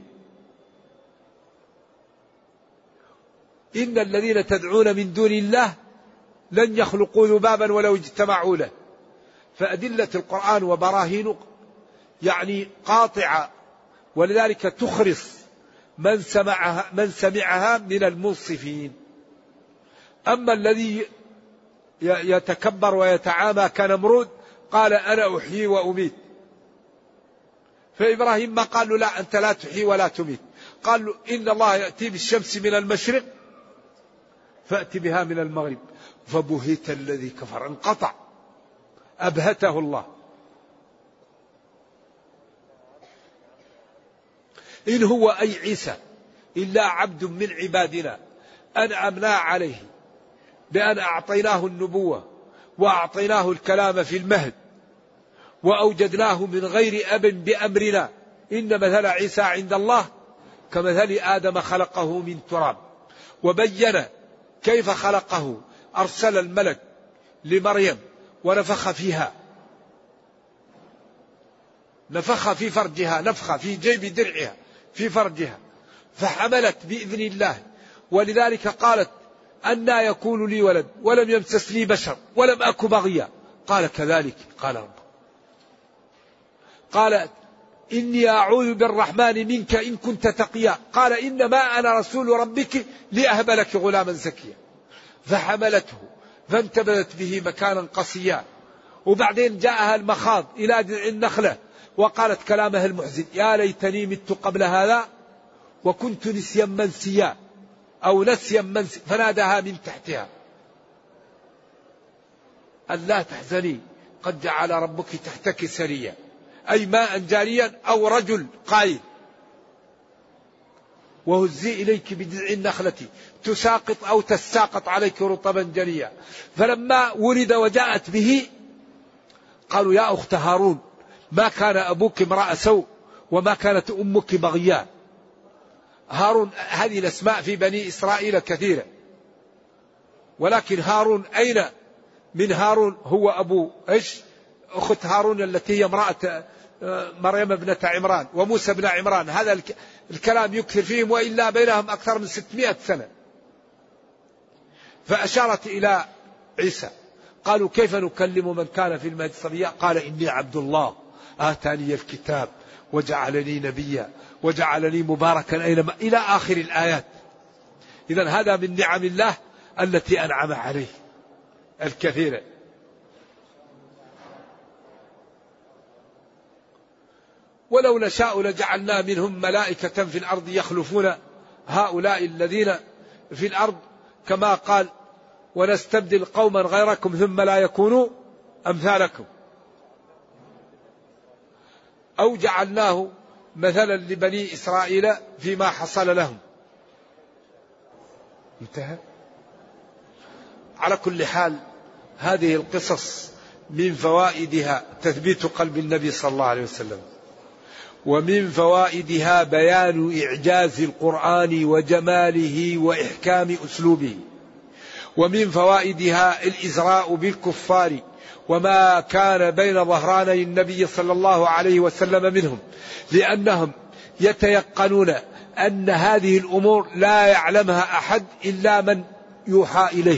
إن الذين تدعون من دون الله لن يخلقوا ذبابا ولو اجتمعوا له. فأدلة القرآن وبراهينه يعني قاطعة، ولذلك تخرص من سمعها من سمعها من المنصفين. أما الذي يتكبر ويتعامى كنمرود قال أنا أحيي وأميت. فإبراهيم ما قال له لا أنت لا تحيي ولا تميت، قال له إن الله يأتي بالشمس من المشرق فأتي بها من المغرب. فبهت الذي كفر، انقطع، أبهته الله. إن هو أي عيسى إلا عبد من عبادنا أنعمنا عليه بأن أعطيناه النبوة وأعطيناه الكلام في المهد وأوجدناه من غير أب بأمرنا. إن مثل عيسى عند الله كمثل آدم خلقه من تراب. وبين كيف خلقه، أرسل الملك لمريم ونفخ فيها، نفخ في فرجها، نفخ في جيب درعها في فرجها، فحملت بإذن الله. ولذلك قالت أنى يكون لي ولد ولم يمسس لي بشر ولم أك بغيا. قال كذلك قال رب. قالت إني أعوذ بالرحمن منك إن كنت تقيا. قال إنما أنا رسول ربك لأهب لك غلاما زكيا. فحملته فانتبذت به مكانا قصيا. وبعدين جاءها المخاض إلى جذع النخلة وقالت كلامها المحزن: يا ليتني مت قبل هذا وكنت نسيا منسيا أو نسيا منسيا. فناداها من تحتها ألا تحزني قد جعل ربك تحتك سريا، أي ماء جاريا أو رجل قائل. وهزي إليك بجذع النخلة تساقط أو تساقط عليك رطبا جنيا. فلما ولد وجاءت به قالوا: يا أخت هارون ما كان أبوك امرأ سوء وما كانت أمك بغيا. هارون، هذه الأسماء في بني إسرائيل كثيرة، ولكن هارون أين من هارون؟ هو أبو إيش؟ أخت هارون التي هي امرأة مريم ابنة عمران وموسى بن عمران. هذا الكلام يكثر فيهم، وإلا بينهم أكثر من ستمائة سنة. فأشارت إلى عيسى. قالوا: كيف نكلم من كان في المهد صبيا؟ قال: إني عبد الله آتاني الكتاب وجعلني نبيا وجعلني مباركا أينما، إلى آخر الآيات. إذن هذا من نعم الله التي أنعم عليه الكثيرة. ولو نشاء لجعلنا منهم ملائكة في الأرض يخلفون هؤلاء الذين في الأرض، كما قال: ونستبدل قوما غيركم ثم لا يكونوا أمثالكم. أو جعلناه مثلا لبني إسرائيل فيما حصل لهم. انتهى. على كل حال هذه القصص من فوائدها تثبيت قلب النبي صلى الله عليه وسلم، ومن فوائدها بيان إعجاز القرآن وجماله وإحكام أسلوبه، ومن فوائدها الإزراء بالكفار وما كان بين ظهراني النبي صلى الله عليه وسلم منهم، لأنهم يتيقنون أن هذه الأمور لا يعلمها أحد إلا من يوحى إليه.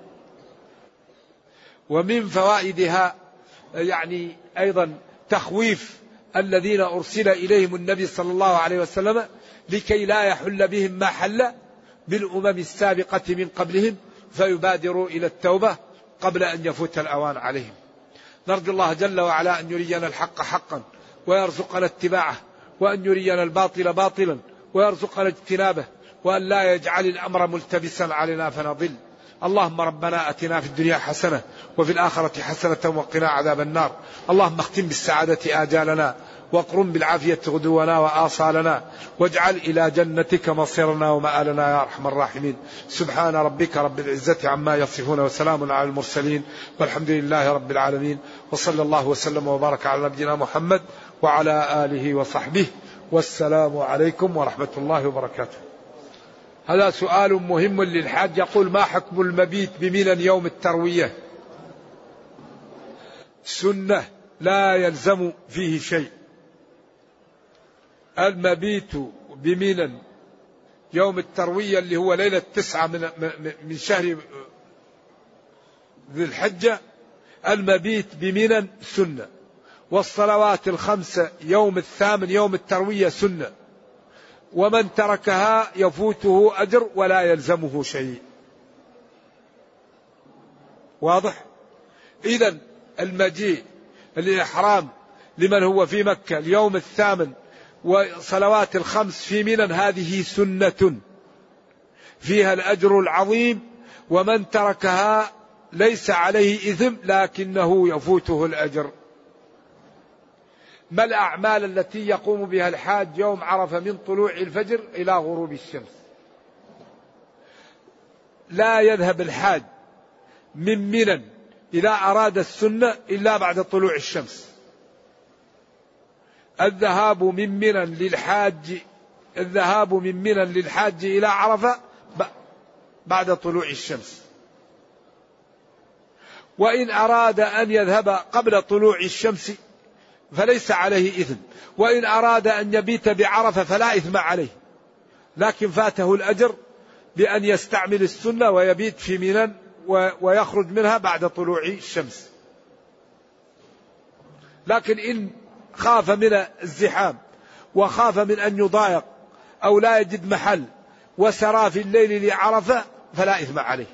ومن فوائدها يعني أيضا تخويف الذين أرسل إليهم النبي صلى الله عليه وسلم لكي لا يحل بهم ما حل بالأمم السابقة من قبلهم فيبادروا إلى التوبة قبل أن يفوت الأوان عليهم. نرجو الله جل وعلا أن يرينا الحق حقا ويرزقنا اتباعه، وأن يرينا الباطل باطلا ويرزقنا اجتنابه، وأن لا يجعل الأمر ملتبسا علينا فنضل. اللهم ربنا أتنا في الدنيا حسنة وفي الآخرة حسنة وقنا عذاب النار. اللهم اختم بالسعادة آجالنا واقرم بالعافية غدونا وآصالنا، واجعل إلى جنتك مصيرنا ومآلنا يا أرحم الراحمين. سبحان ربك رب العزة عما يصفون وسلام على المرسلين والحمد لله رب العالمين، وصلى الله وسلم وبارك على نبينا محمد وعلى آله وصحبه، والسلام عليكم ورحمة الله وبركاته. هذا سؤال مهم للحاج، يقول: ما حكم المبيت بمنى يوم التروية؟ سنة لا يلزم فيه شيء. المبيت بمنى يوم التروية اللي هو ليلة تسعة من, من شهر ذي الحجة، المبيت بمنى سنة، والصلوات الخمسة يوم الثامن يوم التروية سنة، ومن تركها يفوته أجر ولا يلزمه شيء. واضح؟ إذن المجيء الإحرام لمن هو في مكة اليوم الثامن وصلوات الخمس في منى هذه سنة فيها الأجر العظيم، ومن تركها ليس عليه إثم لكنه يفوته الأجر. ما الأعمال التي يقوم بها الحاج يوم عرفة من طلوع الفجر إلى غروب الشمس؟ لا يذهب الحاج من منى إذا أراد السنة إلا بعد طلوع الشمس. الذهاب من منى للحاج الذهاب من منى للحاج إلى عرفة بعد طلوع الشمس، وإن أراد أن يذهب قبل طلوع الشمس فليس عليه إثم، وإن أراد أن يبيت بعرفة فلا إثم عليه، لكن فاته الأجر بأن يستعمل السنة ويبيت في منى ويخرج منها بعد طلوع الشمس. لكن إن خاف من الزحام وخاف من أن يضايق أو لا يجد محل وسرى في الليل لعرفة فلا إثم عليه.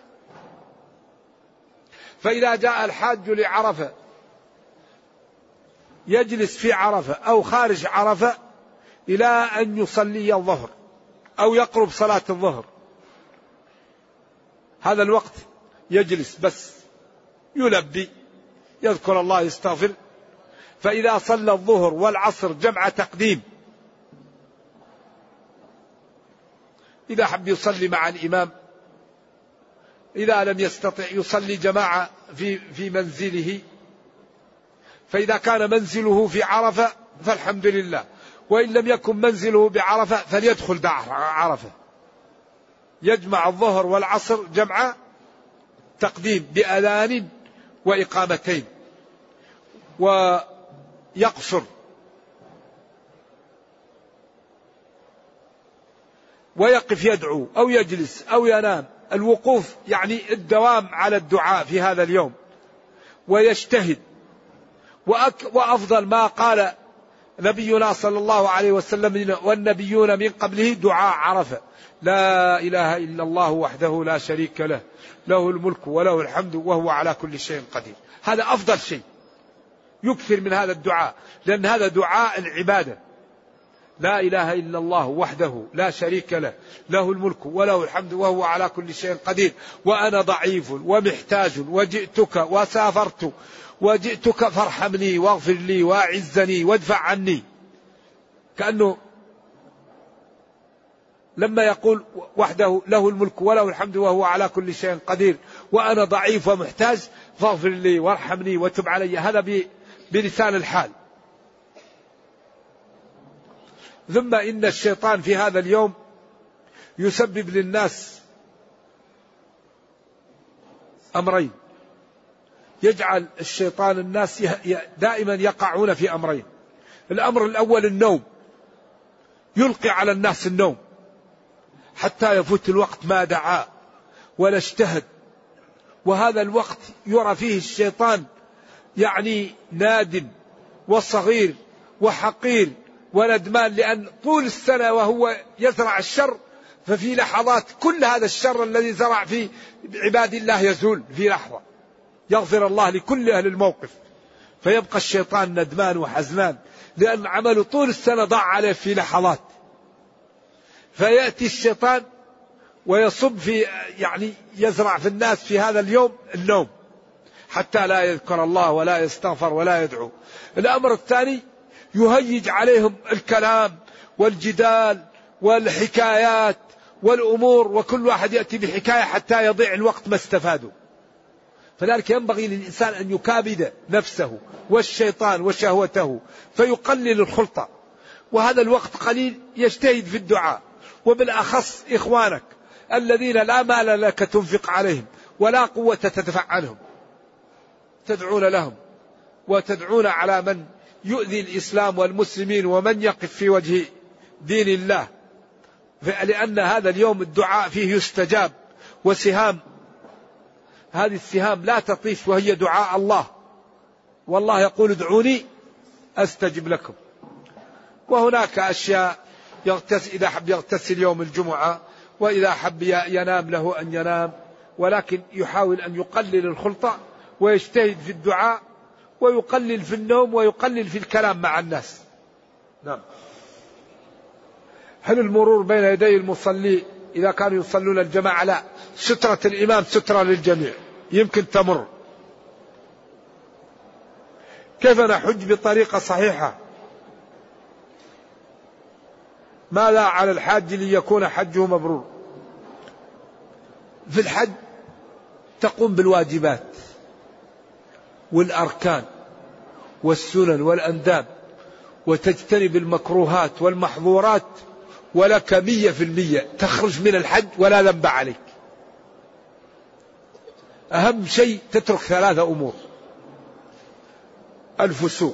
فإذا جاء الحاج لعرفة يجلس في عرفة أو خارج عرفة إلى أن يصلي الظهر أو يقرب صلاة الظهر، هذا الوقت يجلس بس يلبي يذكر الله يستغفر. فإذا صلى الظهر والعصر جمع تقديم، إذا حب يصلي مع الإمام، إذا لم يستطع يصلي جماعة في في منزله. فإذا كان منزله في عرفة فالحمد لله، وإن لم يكن منزله بعرفة فليدخل دار عرفة، يجمع الظهر والعصر جمع تقديم بأذان وإقامتين ويقصر. ويقف يدعو أو يجلس أو ينام. الوقوف يعني الدوام على الدعاء في هذا اليوم، ويجتهد. وأفضل ما قال نبينا صلى الله عليه وسلم والنبيون من قبله دعاء عرفة: لا إله إلا الله وحده لا شريك له، له الملك وله الحمد وهو على كل شيء قدير. هذا أفضل شيء، يكثر من هذا الدعاء، لأن هذا دعاء العبادة. لا إله إلا الله وحده لا شريك له، له الملك وله الحمد وهو على كل شيء قدير، وأنا ضعيف ومحتاج وجئتك وسافرت وجئتك فارحمني واغفر لي واعزني وادفع عني. كأنه لما يقول وحده له الملك وله الحمد وهو على كل شيء قدير وأنا ضعيف ومحتاج فاغفر لي وارحمني وتب علي، هذا بلسان الحال. ثم إن الشيطان في هذا اليوم يسبب للناس أمرين، يجعل الشيطان الناس دائما يقعون في أمرين. الأمر الأول النوم، يلقي على الناس النوم حتى يفوت الوقت ما دعا ولا اجتهد، وهذا الوقت يرى فيه الشيطان يعني نادم وصغير وحقير وندمان، لأن طول السنة وهو يزرع الشر، ففي لحظات كل هذا الشر الذي زرع في عباد الله يزول في لحظة، يغفر الله لكل أهل الموقف، فيبقى الشيطان ندمان وحزنان لأن عمله طول السنة ضاع عليه في لحظات. فيأتي الشيطان ويصب في يعني يزرع في الناس في هذا اليوم النوم حتى لا يذكر الله ولا يستغفر ولا يدعو. الأمر الثاني يهيج عليهم الكلام والجدال والحكايات والأمور، وكل واحد يأتي بحكاية حتى يضيع الوقت ما استفادوا. فذلك ينبغي للإنسان أن يكابد نفسه والشيطان وشهوته فيقلل الخلطة، وهذا الوقت قليل يجتهد في الدعاء، وبالأخص إخوانك الذين لا مال لك تنفق عليهم ولا قوة تدفع عنهم، تدعون لهم وتدعون على من يؤذي الإسلام والمسلمين ومن يقف في وجه دين الله، لأن هذا اليوم الدعاء فيه يستجاب. وسهام، هذه السهام لا تطيش وهي دعاء الله، والله يقول ادعوني أستجب لكم. وهناك أشياء يغتسل، إذا حب يغتسل يوم الجمعة، وإذا حب ينام له أن ينام، ولكن يحاول أن يقلل الخلطة ويجتهد في الدعاء ويقلل في النوم ويقلل في الكلام مع الناس. نعم. هل المرور بين يدي المصلي إذا كانوا يصلون الجماعة؟ لا، سترة الإمام سترة للجميع، يمكن تمر. كيف نحج بطريقة صحيحة؟ ماذا على الحاج ليكون حجه مبرور؟ في الحج تقوم بالواجبات والأركان والسنن والأنداب، وتجتنب المكروهات والمحظورات، ولك مية في المية تخرج من الحج ولا ذنب عليك. أهم شيء تترك ثلاثة أمور: الفسوق،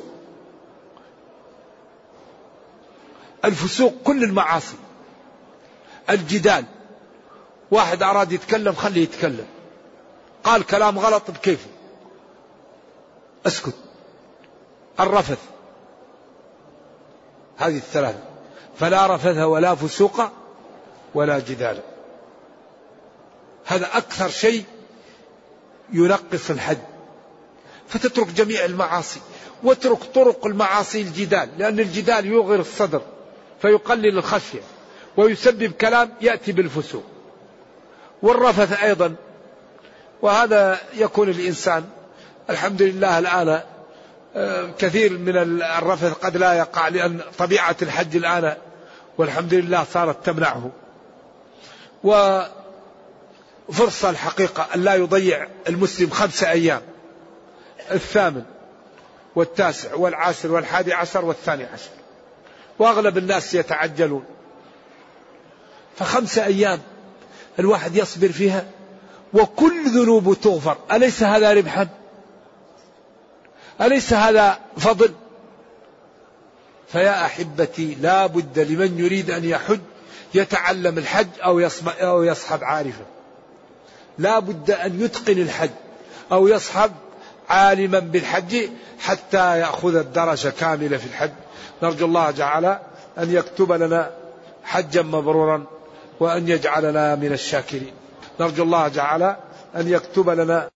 الفسوق كل المعاصي، الجدال، واحد أراد يتكلم خليه يتكلم، قال كلام غلط بكيفه اسكت، الرفث، هذه الثلاثة. فلا رفث ولا فسوق ولا جدال. هذا أكثر شيء ينقص الحج. فتترك جميع المعاصي واترك طرق المعاصي الجدال، لأن الجدال يغر الصدر فيقلل الخشية ويسبب كلام يأتي بالفسوق، والرفث أيضا. وهذا يكون الإنسان الحمد لله الآن كثير من الرفث قد لا يقع، لأن طبيعة الحج الآن والحمد لله صارت تمنعه. وفرصة الحقيقة أن لا يضيع المسلم خمسة أيام، الثامن والتاسع والعاشر والحادي عشر والثاني عشر، وأغلب الناس يتعجلون. فخمسة أيام الواحد يصبر فيها وكل ذنوب تغفر. أليس هذا ربحا؟ أليس هذا فضل؟ فيا أحبتي لا بد لمن يريد أن يحج يتعلم الحج أو يصحب عارفا، لا بد أن يتقن الحج أو يصحب عالما بالحج حتى يأخذ الدرجة كاملة في الحج. نرجو الله تعالى أن يكتب لنا حجا مبرورا وأن يجعلنا من الشاكرين. نرجو الله تعالى أن يكتب لنا